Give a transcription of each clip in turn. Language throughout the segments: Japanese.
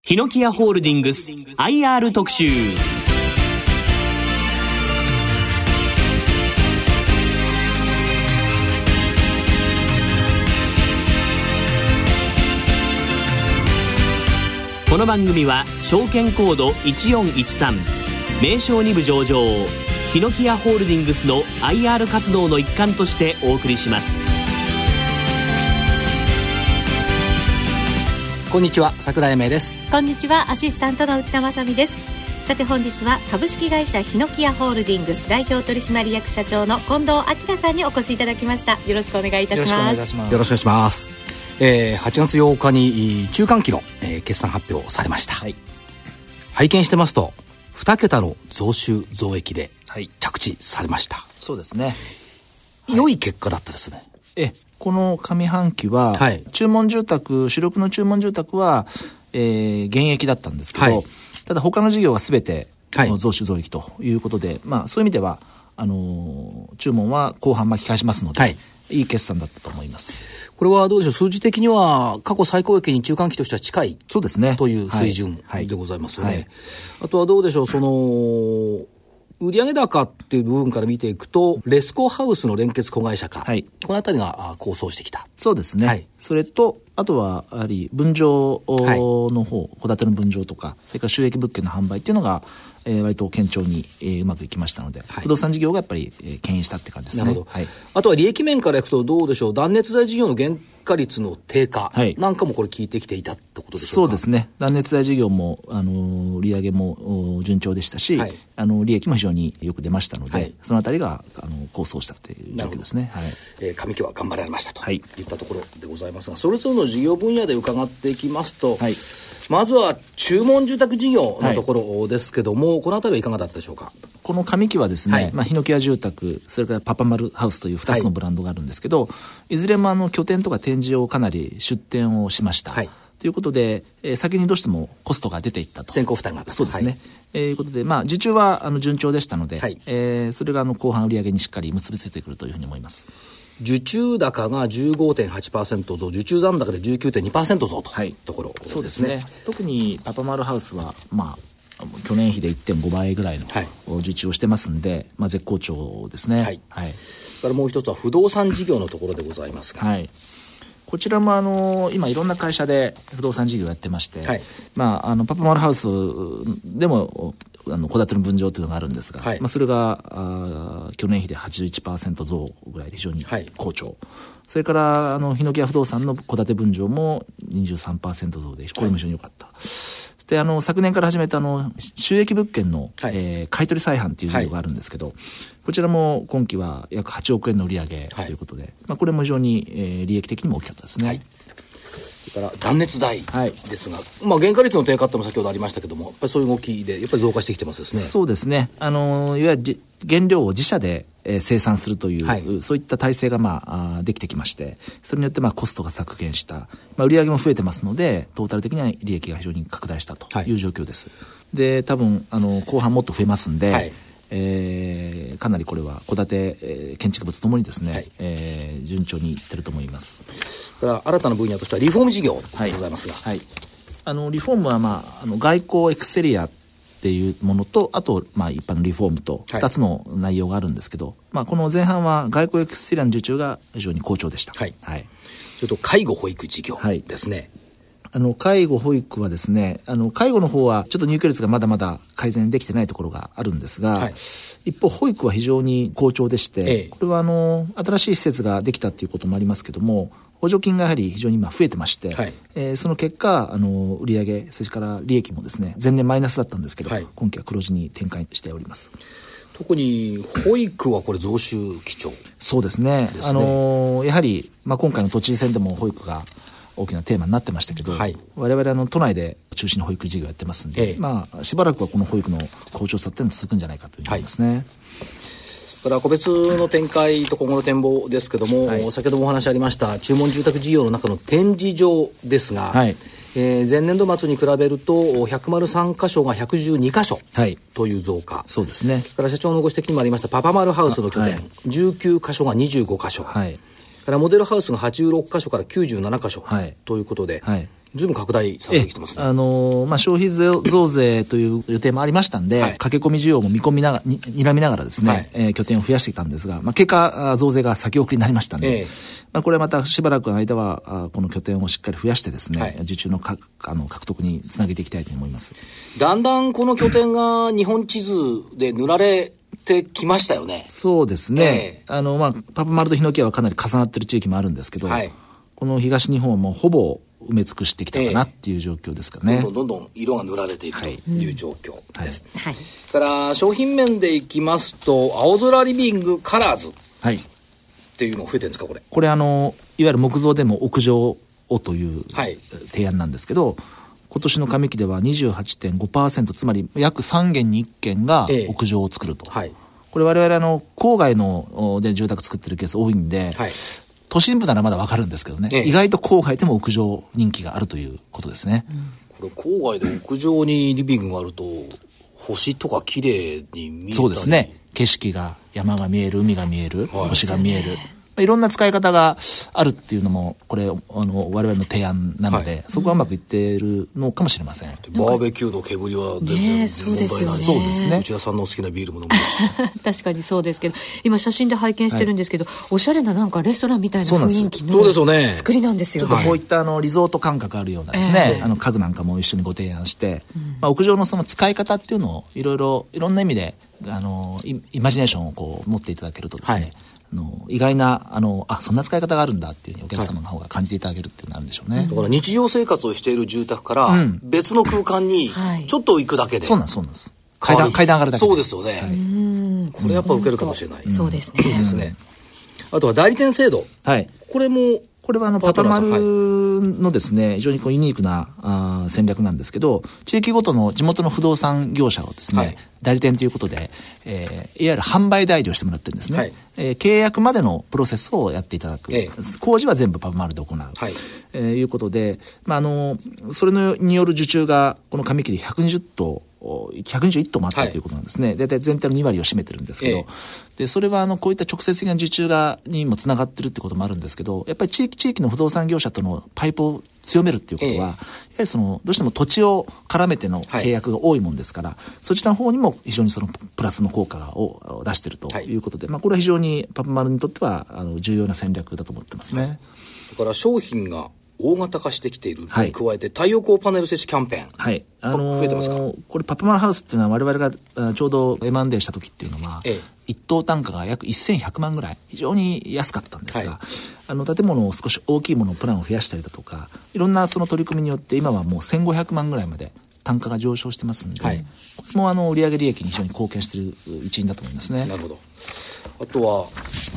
ヒノキヤホールディングス IR 特集。この番組は証券コード1413名称2部上場ヒノキヤホールディングスの IR 活動の一環としてお送りします。 こんにちは、桜井明です。 こんにちは、アシスタントの内田まさみです。さて本日は株式会社ヒノキヤホールディングス代表取締役社長の近藤明さんにお越しいただきました。よろしくお願いいたします。 よろしくお願いいたします。よろしくお願いします。8月8日に中間期の、決算発表されました、はい、拝見してますと2桁の増収増益で着地されました、はい、 そうですね、 良い結果だったですね。 この上半期は、はい、注目の注文住宅は、減益だったんですけど、はい、ただ他の事業は全て増収増益ということで、そういう意味では注文は後半巻き返しますので、はい、いい決算だったと思います。 これはどうでしょう、数字的には過去最高益に中間期としては近いそうですねという水準でございますよね、はいはい、あとはどうでしょう、売上高っていう部分から見ていくとレスコハウスの連結子会社化、はい、このあたりが構想してきた。 そうですね、はい、それとあとはやはり分譲の方、戸建ての分譲とかそれから収益物件の販売っていうのが割と堅調にうまくいきましたので、はい、不動産事業がやっぱり牽引したって感じですね。 なるほど、はい、あとは利益面からいくとどうでしょう、断熱材事業の原価率の低下なんかもこれ効いてきていたってことでしょうか。 そうですね、断熱材事業も売上も順調でしたし、はい、利益も非常によく出ましたので、はい、そのあたりが構想したっていう状況ですね。 はい、上期は頑張られましたといったところでございますが、それぞれの事業分野で伺っていきますと、はい、まずは注文住宅事業のところですけども、はい、このあたりはいかがだったでしょうか。 この上期はですね、はい、ヒノキヤ住宅それからパパマルハウスという2つのブランドがあるんですけど、はい、いずれも拠点とか展示をかなり出店をしました、はい、ということで、先にどうしてもコストが出ていったと、 先行負担があったと。 そうですね、はい、いうことで、受注は順調でしたので、はい、それが後半売上にしっかり結びついてくるというふうに思います。 受注高が 15.8% 増、受注残高で 19.2% 増というところですね。 そうですね、特にパパマルハウスは去年比で 1.5 倍ぐらいの受注をしてますんで、絶好調ですね。はい。はい。 からもう一つは不動産事業のところでございますが、 はい。こちらも今いろんな会社で不動産事業やってまして、はい、パパマルハウスでも戸建ての分譲というのがあるんですが、はい、それが去年比で 81% 増ぐらいで非常に好調、はい、それからヒノキヤ不動産の戸建て分譲も 23% 増でこれも非常に良かった、はい、で昨年から始めた収益物件の、はい、買取再販という事業があるんですけど、はい、こちらも今期は約8億円の売上ということで、はい、これも非常に、利益的にも大きかったですね。はい、 それから断熱材ですが、原価率の低下っても先ほどありましたけども、やっぱりそういう動きでやっぱり増加してきてますですね。 そうですね、いわゆる原料を自社で生産するという、はい、そういった体制ができてきまして、それによってコストが削減した、売上も増えてますのでトータル的には利益が非常に拡大したという状況です、はい、で多分後半もっと増えますんで、はい、かなりこれは戸建て、建築物ともにですね、はい、順調にいってると思います。 から新たな分野としてはリフォーム事業でございますが、 はいはい、リフォームは、外交エクステリアっていうものと、あと、一般のリフォームと2つの内容があるんですけど、この前半は外交エクステリアの受注が非常に好調でした。はい。はい。 それと介護保育事業ですね。 はい、介護保育はですね、介護の方はちょっと入居率がまだまだ改善できてないところがあるんですが、はい、一方保育は非常に好調でして、これは新しい施設ができたっていうこともありますけども、補助金がやはり非常に今増えてまして、はい、その結果売上それから利益もですね前年マイナスだったんですけど、はい、今期は黒字に転換しております。 特に保育はこれ増収基調。 そうですね、やはり、今回の都知事選でも保育が大きなテーマになってましたけど、はい、我々都内で中心に保育事業やってますんで、しばらくはこの保育の好調さっていうのは続くんじゃないかというふうに思いますね。はい、 から個別の展開と今後の展望ですけども、はい、先ほどもお話ありました注文住宅事業の中の展示場ですが、はい、前年度末に比べると103箇所が112箇所という増加、はい、 そうですね。 から社長のご指摘にもありましたパパマルハウスの拠点、はい、19箇所が25箇所、はい、からモデルハウスが86箇所から97箇所、はい、ということで、はい、 ずいぶん拡大されてきてますね。 消費増税という予定もありましたんで、駆け込み需要も睨みながらですね、拠点を増やしてきたんですが、結果、増税が先送りになりましたんで、これはまたしばらくの間は、この拠点をしっかり増やしてですね、受注の獲得につなげていきたいと思います。 だんだんこの拠点が日本地図で塗られてきましたよね。 そうですね。パパマルとヒノキヤはかなり重なっている地域もあるんですけど、この東日本はもうほぼ埋め尽くしてきたかなっていう状況ですかね。 どんどん色が塗られていくという状況です。だから商品面でいきますと、青空リビングカラーズっていうのが増えてるんですか、これ。 これいわゆる木造でも屋上をという提案なんですけど、今年の上期では 28.5%、つまり約3軒に1軒が屋上を作ると。これ我々郊外ので住宅作ってるケース多いんで、都心部ならまだわかるんですけどね、意外と郊外でも屋上人気があるということですね。 これ郊外で屋上にリビングがあると星とか綺麗に見えたり。 そうですね。景色が、山が見える、海が見える、星が見える。いろんな使い方があるっていうのも、これ、我々の提案なので、そこはうまくいっているのかもしれません。 バーベキューの煙は全然問題ない。 そうですね。 内田さんの好きなビールも飲むし。 確かにそうですけど、今写真で拝見してるんですけど、おしゃれななんかレストランみたいな雰囲気の作りなんですよ。 ちょっとこういったリゾート感覚あるようなですね、家具なんかも一緒にご提案して、屋上のその使い方っていうのをいろんな意味で、イマジネーションをこう持っていただけるとですね、意外なそんな使い方があるんだっていうふうにお客様の方が感じていただけるっていうのがあるんでしょうね。 だから日常生活をしている住宅から別の空間にちょっと行くだけで、 そうなんです。階段上がるだけで。 そうですよね。これやっぱ受けるかもしれない。 そうですね。 いいですね。あとは代理店制度。これはパパマルのですね、非常にユニークな戦略なんですけど、地域ごとの地元の不動産業者をですね、代理店ということで、いわゆる販売代理をしてもらってるんですね。契約までのプロセスをやっていただく。工事は全部パパマルで行う。いうことで、それによる受注がこの上期で121棟もあったということなんですね。大体全体の2割を占めてるんですけど、でそれはこういった直接的な受注にもつながってるってこともあるんですけど、やっぱり地域の不動産業者とのパイプを強めるっていうことは、やはりどうしても土地を絡めての契約が多いもんですから、そちらの方にも非常にプラスの効果を出しているということで、これは非常にパパマルにとっては重要な戦略だと思ってますね。 だから商品が大型化してきているに加えて、太陽光パネル設置キャンペーン、増えてますか？ これパパマルハウスっていうのは我々がちょうど M&A した時っていうのは、一棟単価が約1100万ぐらい、非常に安かったんですが、建物を少し大きいものプランを増やしたりだとか、いろんなその取り組みによって今はもう1500万ぐらいまで単価が上昇してますんで、これも売上利益に非常に貢献している一因だと思いますね。 なるほど。あとは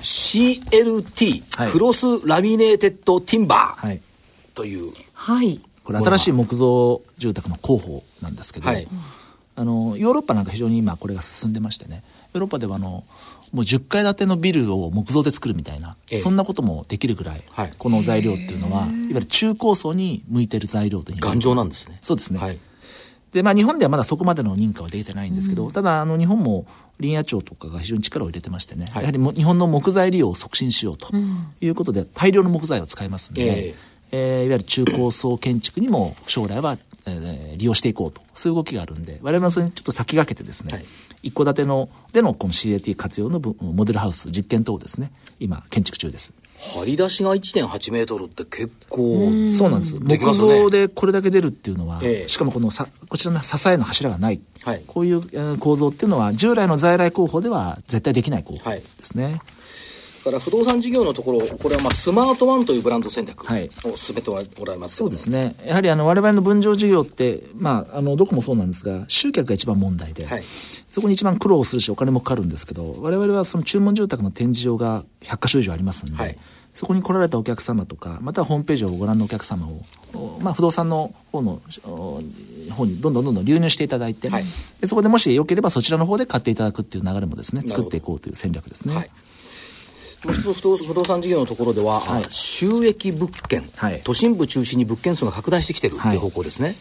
CLT、クロスラミネーテッドティンバー、という、 これ新しい木造住宅の候補なんですけど、ヨーロッパなんか非常に今これが進んでましてね、ヨーロッパではもう10階建てのビルを木造で作るみたいな、そんなこともできるぐらい、この材料っていうのはいわゆる中高層に向いてる材料という頑丈なんですね。 そうですね。で日本ではまだそこまでの認可はできてないんですけど、ただ日本も林野庁とかが非常に力を入れてましてね、やはり日本の木材利用を促進しようということで、大量の木材を使いますので、いわゆる中高層建築にも将来は、利用していこうと、そういう動きがあるんで、我々はそれにちょっと先駆けてですね、一戸建てでのこの CAT 活用のモデルハウス実験等をですね、今建築中です。 張り出しが 1.8 メートルって結構、 そうなんです。木造でこれだけ出るっていうのは、しかもこちらの支えの柱がない、こういう構造っていうのは従来の在来工法では絶対できない工法ですね。 だから不動産事業のところ、これはスマートワンというブランド戦略を進めてもらいます。 そうですね。やはり我々の分譲事業って、どこもそうなんですが、集客が一番問題で、そこに一番苦労するしお金もかかるんですけど、我々はその注文住宅の展示場が100カ所以上ありますので、そこに来られたお客様とか、またはホームページをご覧のお客様を、不動産の方にどんどん流入していただいて、でそこでもしよければそちらの方で買っていただくっていう流れもですね、作っていこうという戦略ですね。 もう一つ不動産事業のところでは、収益物件、都心部中心に物件数が拡大してきているという方向ですね。 こ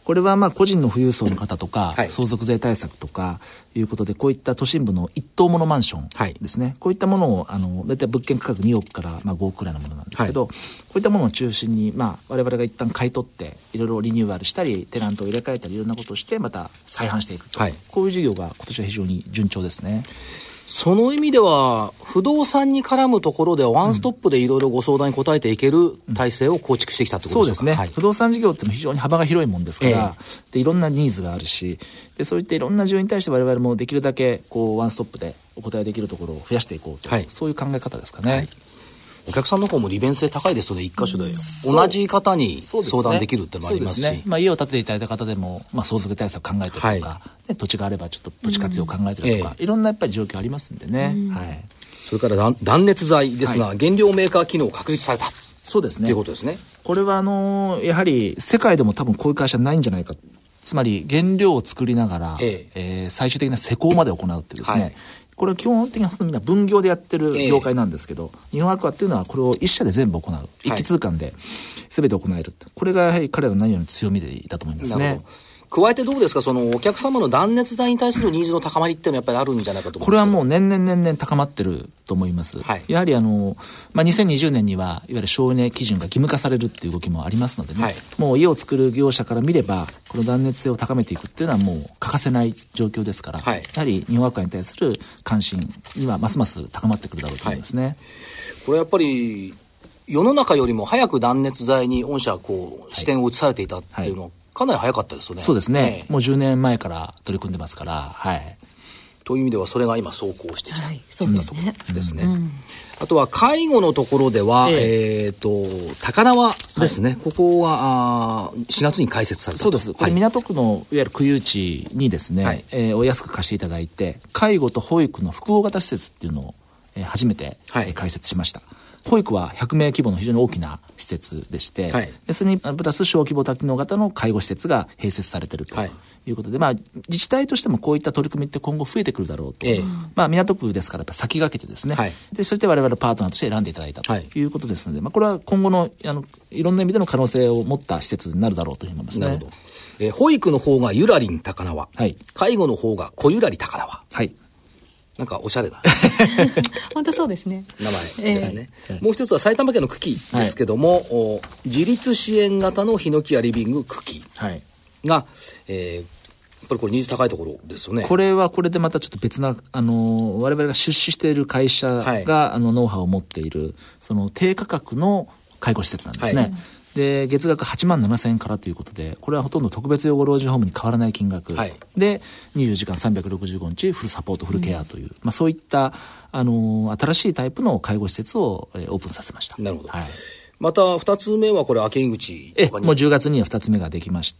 これはまあ個人の富裕層の方とか、相続税対策とかいうことで、こういった都心部の一棟ものマンションですね、こういったものをだいたい物件価格2億からまあ5億くらいのものなんですけど、こういったものを中心にまあ我々が一旦買い取っていろいろリニューアルしたりテナントを入れ替えたりいろんなことをしてまた再販していくと、こういう事業が今年は非常に順調ですね。 その意味では不動産に絡むところでワンストップでいろいろご相談に応えていける体制を構築してきたということでしょうか。 そうですね、不動産事業っても非常に幅が広いもんですから、でいろんなニーズがあるし、でそういったいろんな需要に対して我々もできるだけこうワンストップでお答えできるところを増やしていこうと、そういう考え方ですかね。 お客さんの方も利便性高いですので、一箇所で同じ方に相談できるってのもありますし、 そうですね、まあ、家を建てていただいた方でも、まあ、相続対策考えてるとか、土地があればちょっと土地活用考えてるとか、いろんなやっぱり状況ありますんでね、 それから断熱材ですが、原料メーカー機能を確立された。 そうですね、 ということですね。 これはやはり世界でも多分こういう会社ないんじゃないか。つまり原料を作りながら、最終的な施工まで行うってですね、これは基本的にみんな分業でやってる業界なんですけど、日本アクアっていうのはこれを一社で全部行う、一気通貫で全て行える、これがやはり彼らの何よりの強みでいたと思いますね。 加えてどうですか、そのお客様の断熱材に対するニーズの高まりっていうのはやっぱりあるんじゃないかと思います。 これはもう年々高まってると思います。やはりまあ、2020年にはいわゆる省エネ基準が義務化されるっていう動きもありますのでね、もう家を作る業者から見ればこの断熱性を高めていくっていうのはもう欠かせない状況ですから、やはり日本アクアに対する関心にはますます高まってくるだろうと思いますね。 これやっぱり世の中よりも早く断熱材に御社はこう視点を移されていたっていうのは、かなり早かったですよね。 そうですね、もう10年前から取り組んでますから、 という意味ではそれが今走行してきた、 そうですね。 あとは介護のところでは、高輪ですね、ここは4月に開設された。 そうです。これ港区のいわゆる区有地にですね、お安く貸していただいて、介護と保育の複合型施設っていうのを、初めて、開設しました。保育は100名規模の非常に大きな施設でして、でそれにプラス小規模多機能型の介護施設が併設されているということで、まあ、自治体としてもこういった取り組みって今後増えてくるだろうと、まあ、港区ですからやっぱ先駆けてですね、でそして我々パートナーとして選んでいただいたということですので、まあ、これは今後のいろんな意味での可能性を持った施設になるだろうというふうに思いますね。なるほど。保育の方がゆらりん高輪、介護の方が小ゆらり高輪、なんかおしゃれな本当そうですね、 名前ですね。もう一つは埼玉県の久喜ですけども、自立支援型のヒノキ屋リビング久喜が、やっぱりこれニーズ高いところですよね。 これはこれでまたちょっと別な我々が出資している会社が、ノウハウを持っているその低価格の介護施設なんですね。で月額8万7,000円からということで、これはほとんど特別養護老人ホームに変わらない金額、で24時間365日フルサポートフルケアという、まあ、そういった新しいタイプの介護施設を、オープンさせました。 なるほど、また2つ目はこれ秋口とかにもう10月には2つ目ができまして、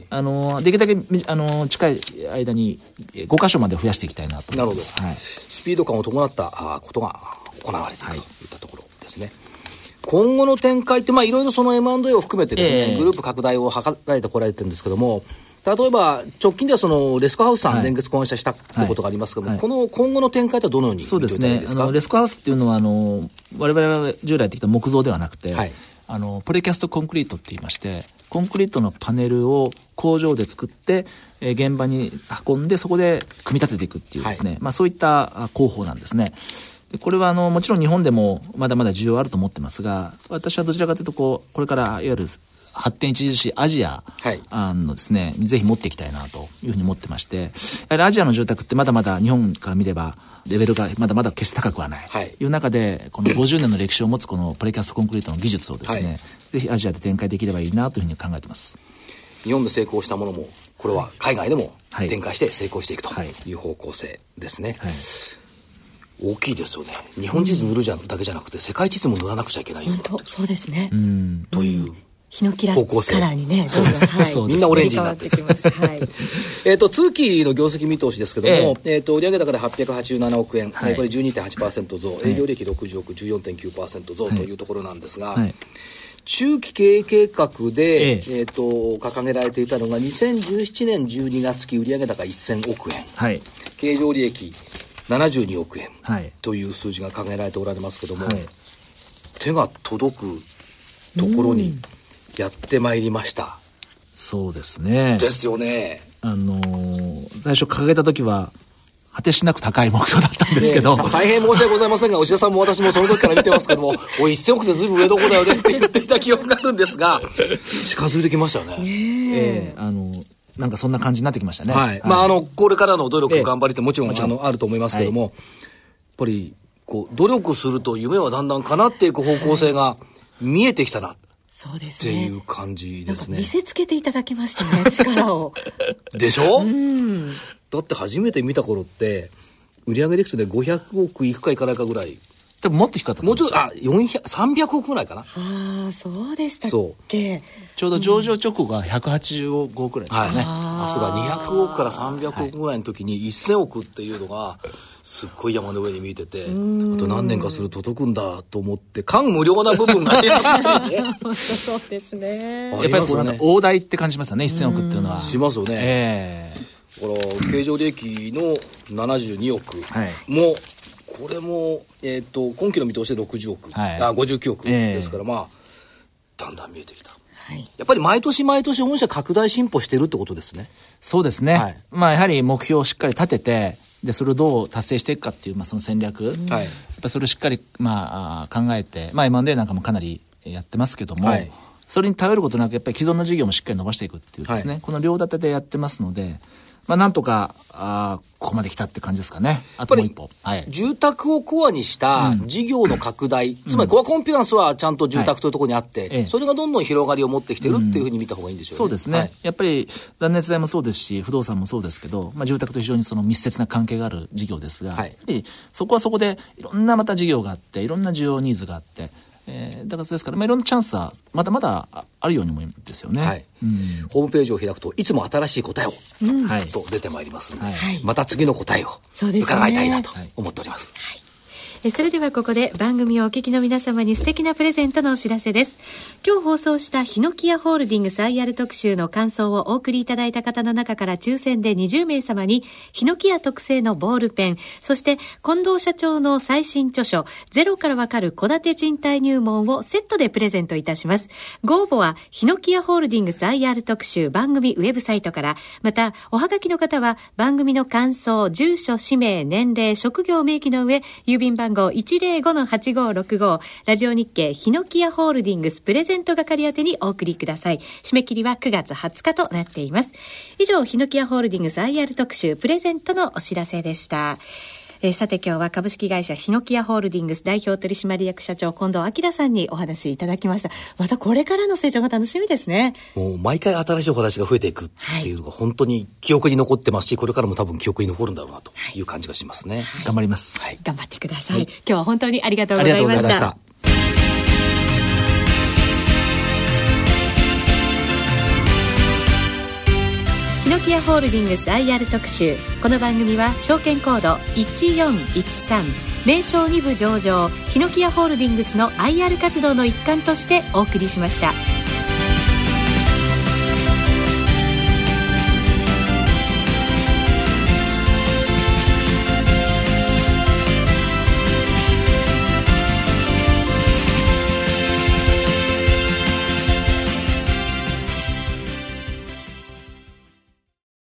できるだけ近い間に5カ所まで増やしていきたいなと思います。 なるほど、スピード感を伴ったことが行われているといったところですね。今後の展開って、まあ、いろいろその M&A を含めてですね、グループ拡大を図られてこられてるんですけども、例えば直近ではそのレスコハウスさん連結婚社したということがありますけども、この今後の展開とはどのように見ておいたらいいですか。 レスコハウスっていうのは我々が従来やってきた木造ではなくて、プレキャストコンクリートって言いまして、コンクリートのパネルを工場で作って、現場に運んでそこで組み立てていくっていうですね、まあ、そういった工法なんですね。これはもちろん日本でもまだまだ需要あると思ってますが、私はどちらかというとこれからいわゆる発展著しいアジアのですね、ぜひ持っていきたいなというふうに思ってまして、やはりアジアの住宅ってまだまだ日本から見ればレベルがまだまだ決して高くはない、いう中でこの50年の歴史を持つこのプレキャストコンクリートの技術をですね、ぜひアジアで展開できればいいなというふうに考えています。 日本で成功したものもこれは海外でも展開して成功していくという方向性ですね。大きいですよね。日本地図塗るだけじゃなくて世界地図も塗らなくちゃいけないよ。 本当そうですね。 というヒノキラカラーにね、 みんなオレンジになってきます。通期の業績見通しですけども、売上高で887億円、これ 12.8% 増、営業利益60億 14.9% 増というところなんですが、中期経営計画で、掲げられていたのが2017年12月期売上高1000億円、経常利益72億円という数字が掲げられておられますけども、手が届くところにやってまいりました。 そうですね。 ですよね。 最初掲げた時は果てしなく高い目標だったんですけど、 大変申し訳ございませんが、内田さんも私もその時から見てますけどもおい1000億でずいぶん上どこだよねって言っていた記憶があるんですが、近づいてきましたよね。 なんかそんな感じになってきましたね。 はい。まあこれからの努力頑張りってもちろんあると思いますけども、やっぱりこう努力すると夢はだんだん叶っていく方向性が見えてきたな。 そうですね。 っていう感じですね。 なんか見せつけていただきましたね、力を。 でしょ？だって初めて見た頃って、売上でいくとね、500億いくかいかないかぐらい。 でももっと低かった。 もうちょっと、300億ぐらいかな。 ああ、そうでしたっけ。 ちょうど上場直後が185億ぐらいですかね。 そうだ、200億から300億ぐらいの時に1000億っていうのが、すっごい山の上に見えてて、あと何年かすると届くんだと思って、感無量な部分がね。 そうですね。 やっぱりこれ大台って感じますよね、1000億っていうのは。 しますよね。だから経常利益の72億も、これも、今期の見通しで60億、59億ですから、だんだん見えてきた。やっぱり毎年毎年御社拡大進歩してるってことですね。 そうですね。やはり目標をしっかり立てて、でそれをどう達成していくかっていう、その戦略、やっぱそれをしっかり、考えて、M&A なんかもかなりやってますけども、それに頼ることなくやっぱり既存の事業もしっかり伸ばしていくっていうですね、この両立てでやってますので、なんとかここまで来たって感じですかね。あともう一歩。 住宅をコアにした事業の拡大、つまりコアコンピュランスはちゃんと住宅というところにあって、それがどんどん広がりを持ってきてるっていうふうに見た方がいいんでしょうね。 そうですね。やっぱり断熱材もそうですし、不動産もそうですけど、住宅と非常にその密接な関係がある事業ですが、やはりそこはそこでいろんなまた事業があって、いろんな需要ニーズがあって、だからですから、いろんなチャンスはまだまだあるように思うんですよね。 ホームページを開くといつも新しい答えを、と出てまいりますので、また次の答えを伺いたいなと思っております。 それではここで番組をお聞きの皆様に素敵なプレゼントのお知らせです。今日放送したヒノキヤホールディングス IR 特集の感想をお送りいただいた方の中から抽選で20名様にヒノキヤ特製のボールペン、そして近藤社長の最新著書ゼロからわかる戸建て賃貸入門をセットでプレゼントいたします。ご応募はヒノキヤホールディングス IR 特集番組ウェブサイトから、またおはがきの方は番組の感想、住所、氏名、年齢、職業を明記の上、郵便番号105-8565 ラジオ日経ヒノキヤホールディングスプレゼント係宛てにお送りください。締め切りは9月20日となっています。以上、ヒノキヤホールディングス IR 特集プレゼントのお知らせでした。さて今日は株式会社ヒノキヤホールディングス代表取締役社長近藤明さんにお話いただきました。またこれからの成長が楽しみですね。 もう毎回新しいお話が増えていくっていうのが本当に記憶に残ってますし、これからも多分記憶に残るんだろうなという感じがしますね。 頑張ります。 頑張ってください。今日は本当にありがとうございました。ヒノキヤホールディングス IR 特集。この番組は証券コード1413名称2部上場ヒノキヤホールディングスの IR 活動の一環としてお送りしました。